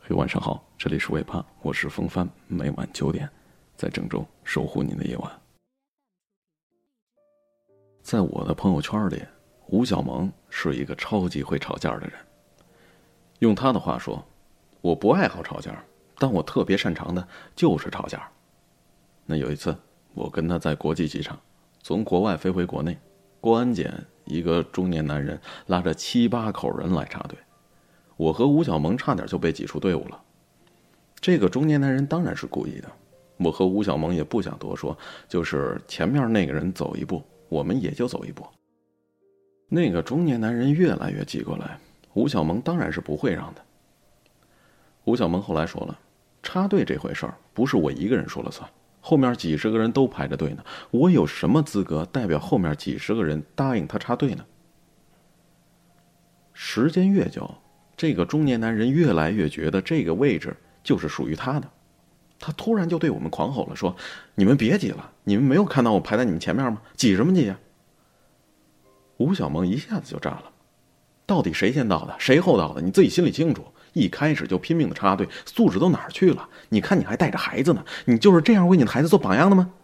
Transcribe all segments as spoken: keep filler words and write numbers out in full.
嘿，晚上好，这里是尾巴，我是风帆，每晚九点，在郑州守护您的夜晚。在我的朋友圈里，吴小萌是一个超级会吵架的人。用他的话说，我不爱好吵架，但我特别擅长的就是吵架。那有一次，我跟他在国际机场从国外飞回国内，过安检，一个中年男人拉着七八口人来插队，我和吴小萌差点就被挤出队伍了。这个中年男人当然是故意的，我和吴小萌也不想多说，就是前面那个人走一步，我们也就走一步。那个中年男人越来越挤过来，吴小萌当然是不会让的。吴小萌后来说了，插队这回事儿不是我一个人说了算，后面几十个人都排着队呢，我有什么资格代表后面几十个人答应他插队呢？时间越久，这个中年男人越来越觉得这个位置就是属于他的。他突然就对我们狂吼了，说：你们别挤了，你们没有看到我排在你们前面吗？挤什么挤呀？吴小萌一下子就炸了，到底谁先到的，谁后到的，你自己心里清楚。一开始就拼命的插队，素质都哪儿去了？你看你还带着孩子呢，你就是这样为你的孩子做榜样的吗？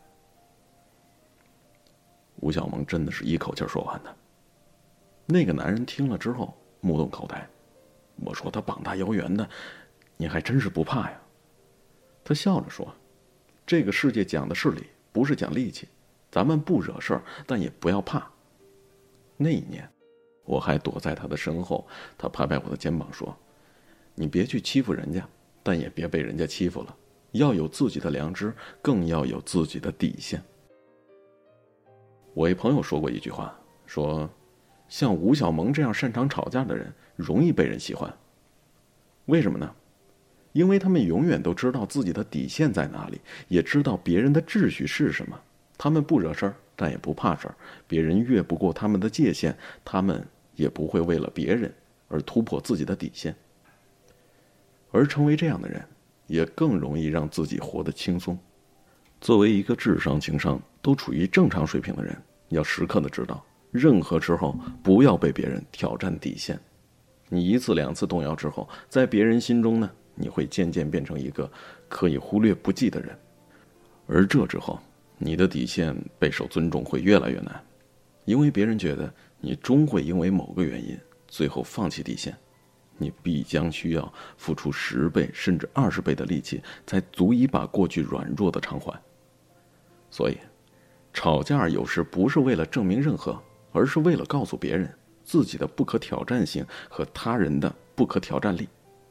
吴小萌真的是一口气说完的。那个男人听了之后目瞪口呆，我说他膀大腰圆的，你还真是不怕呀。他笑着说，这个世界讲的是理，不是讲力气，咱们不惹事儿，但也不要怕。那一年我还躲在他的身后，他拍拍我的肩膀说，你别去欺负人家，但也别被人家欺负了，要有自己的良知，更要有自己的底线。我一朋友说过一句话，说像吴小萌这样擅长吵架的人容易被人喜欢。为什么呢？因为他们永远都知道自己的底线在哪里，也知道别人的秩序是什么。他们不惹事儿，但也不怕事儿，别人越不过他们的界限，他们也不会为了别人而突破自己的底线。而成为这样的人，也更容易让自己活得轻松。作为一个智商情商都处于正常水平的人，要时刻的知道，任何时候不要被别人挑战底线。你一次两次动摇之后，在别人心中呢，你会渐渐变成一个可以忽略不计的人。而这之后，你的底线备受尊重会越来越难，因为别人觉得你终会因为某个原因最后放弃底线，你必将需要付出十倍甚至二十倍的力气，才足以把过去软弱的偿还。所以吵架有时不是为了证明任何，而是为了告诉别人自己的不可挑战性和他人的不可挑战力。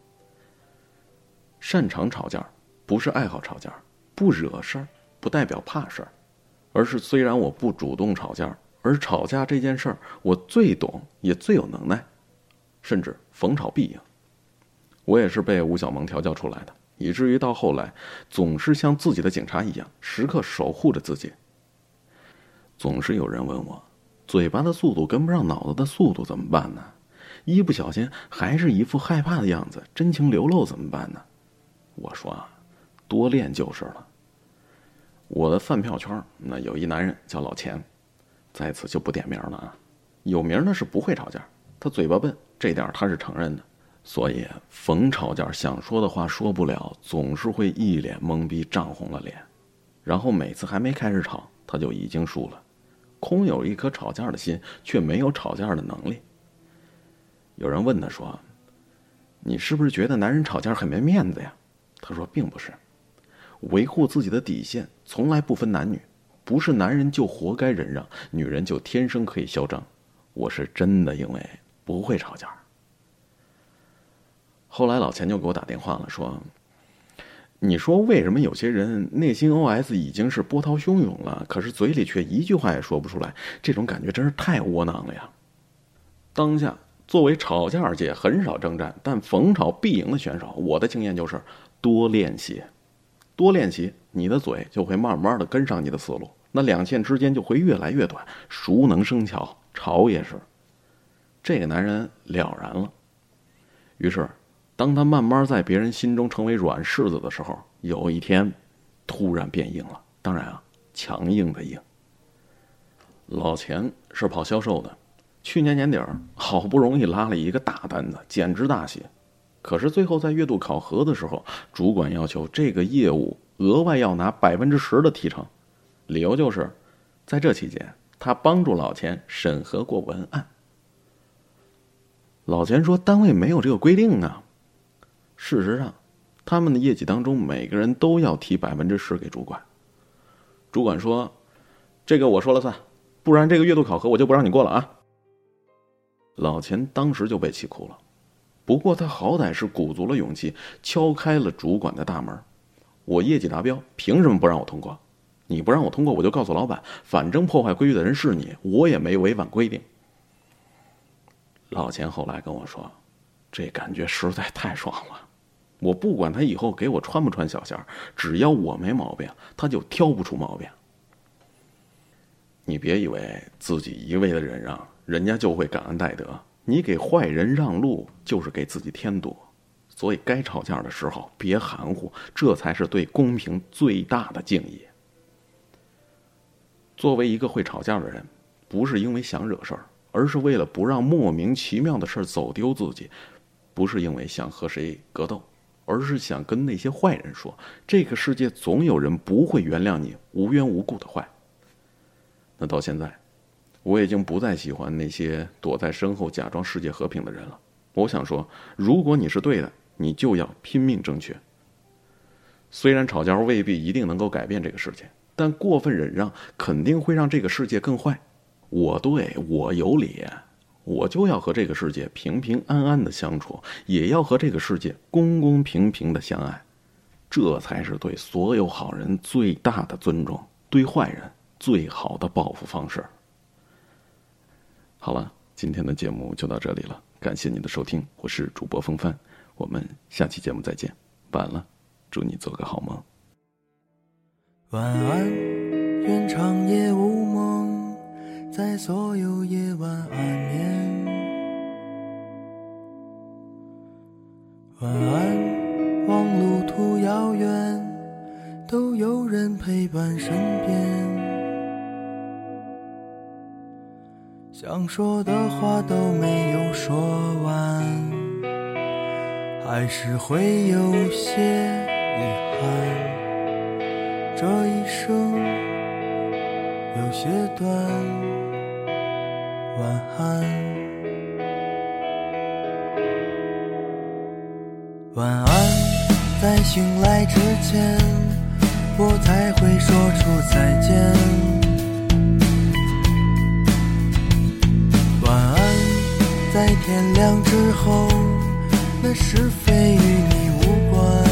擅长吵架不是爱好吵架，不惹事儿不代表怕事儿，而是虽然我不主动吵架，而吵架这件事儿我最懂也最有能耐，甚至逢吵必赢。我也是被吴小萌调教出来的，以至于到后来总是像自己的警察一样，时刻守护着自己。总是有人问我，嘴巴的速度跟不上脑子的速度怎么办呢？一不小心还是一副害怕的样子，真情流露怎么办呢？我说啊，多练就是了。我的饭票圈那有一男人叫老钱，在此就不点名了啊。有名的是不会吵架，他嘴巴笨，这点他是承认的。所以逢吵架想说的话说不了，总是会一脸懵逼，涨红了脸。然后每次还没开始吵，他就已经输了，空有一颗吵架的心，却没有吵架的能力。有人问他说，你是不是觉得男人吵架很没面子呀？他说并不是，维护自己的底线从来不分男女，不是男人就活该忍让，女人就天生可以嚣张。我是真的因为不会吵架。后来老钱就给我打电话了，说你说为什么有些人内心 O S 已经是波涛汹涌了，可是嘴里却一句话也说不出来，这种感觉真是太窝囊了呀。当下作为吵架界很少征战但逢吵必赢的选手，我的经验就是多练习。多练习，你的嘴就会慢慢的跟上你的思路，那两线之间就会越来越短，熟能生巧，吵也是。这个男人了然了。于是当他慢慢在别人心中成为软柿子的时候，有一天突然变硬了，当然啊，强硬的硬。老钱是跑销售的，去年年底儿好不容易拉了一个大单子，简直大喜。 可是最后在月度考核的时候，主管要求这个业务额外要拿百分之十的提成，理由就是在这期间他帮助老钱审核过文案。老钱说单位没有这个规定啊。事实上他们的业绩当中每个人都要提百分之十给主管。主管说这个我说了算，不然这个月度考核我就不让你过了啊。老钱当时就被气哭了，不过他好歹是鼓足了勇气敲开了主管的大门。我业绩达标，凭什么不让我通过？你不让我通过，我就告诉老板，反正破坏规矩的人是你，我也没违反规定。老钱后来跟我说，这感觉实在太爽了，我不管他以后给我穿不穿小鞋，只要我没毛病，他就挑不出毛病。你别以为自己一味的忍让，人家就会感恩戴德，你给坏人让路就是给自己添堵。所以该吵架的时候别含糊，这才是对公平最大的敬意。作为一个会吵架的人，不是因为想惹事儿，而是为了不让莫名其妙的事走丢自己，不是因为想和谁格斗，而是想跟那些坏人说，这个世界总有人不会原谅你无缘无故的坏。那到现在，我已经不再喜欢那些躲在身后假装世界和平的人了。我想说，如果你是对的，你就要拼命争取。虽然吵架未必一定能够改变这个世界，但过分忍让肯定会让这个世界更坏。我对，我有理，我就要和这个世界平平安安的相处，也要和这个世界公公平平的相爱，这才是对所有好人最大的尊重，对坏人最好的报复方式。好了，今天的节目就到这里了，感谢你的收听，我是主播风帆，我们下期节目再见，晚了，祝你做个好梦。 晚安，愿长夜无梦，在所有夜晚安眠。晚安，望路途遥远，都有人陪伴身边。想说的话都没有说完，还是会有些遗憾。这一生有些短，晚安。晚安，在醒来之前，我才会说出再见。晚安，在天亮之后，那是非与你无关。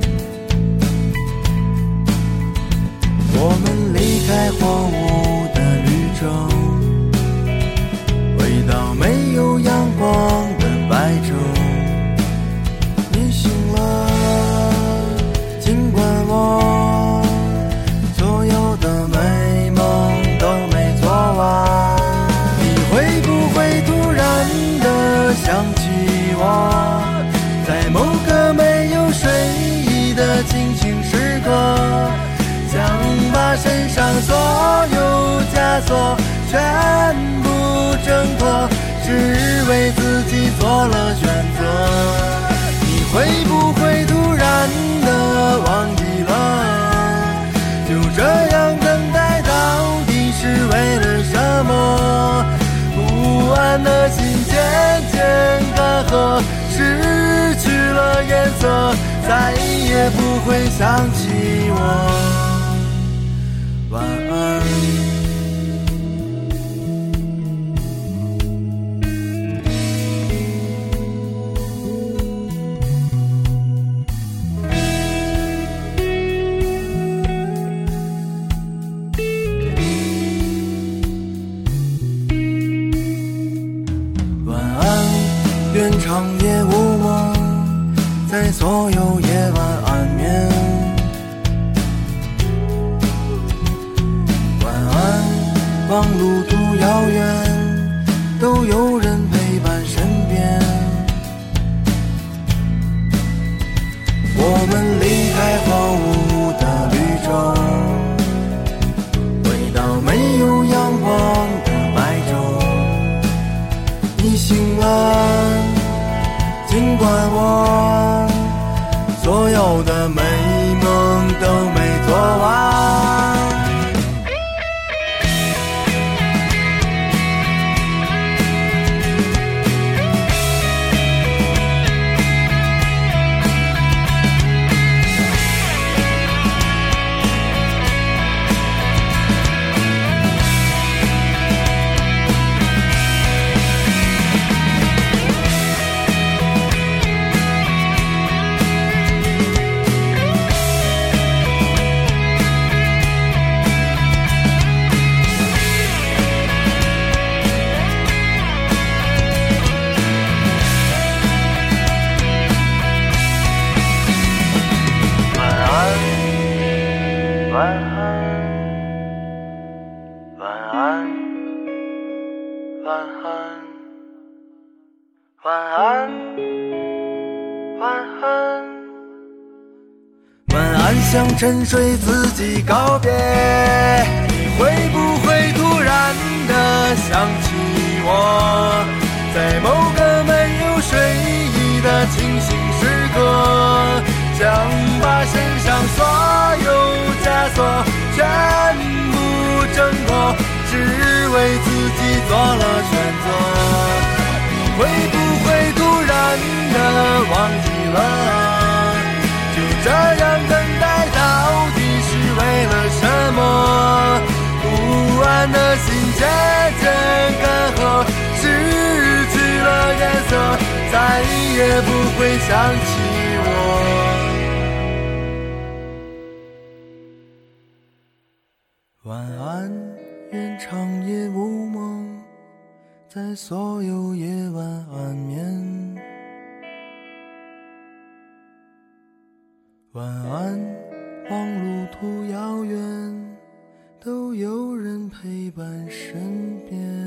我们离开荒芜的绿洲，回到没有阳光的白昼。你醒了，尽管我所有的美梦都没做完。你会不会突然的想起我，在某个没有睡意的清醒时刻，想把身上所有枷锁全部挣脱，只为自己做了选择。你会不会突然的忘记了，就这样等待到底是为了什么？不安的心渐渐干涸，失去了颜色，再也不会想起我。晚安。晚安，愿长夜无梦，在所有夜晚安眠。望路途遥远，都有人陪伴身边。我们离开荒芜的绿洲，回到没有阳光的白昼。你醒了，尽管我所有的美梦都没做完。 晚安，晚安，晚安，晚安，晚安， 晚安，向沉睡自己告别。你会不会突然的想起我，在某个没有睡意的清醒时刻，想把身上所有枷锁全部挣脱，只为自己做了选择。你会不会突然的忘记了，就这样等待到底是为了什么？不安的心渐渐干涸，失去了颜色，再也不会想起我。晚安，愿长夜无梦，在所有夜晚安眠。晚安，望路途遥远，都有人陪伴身边。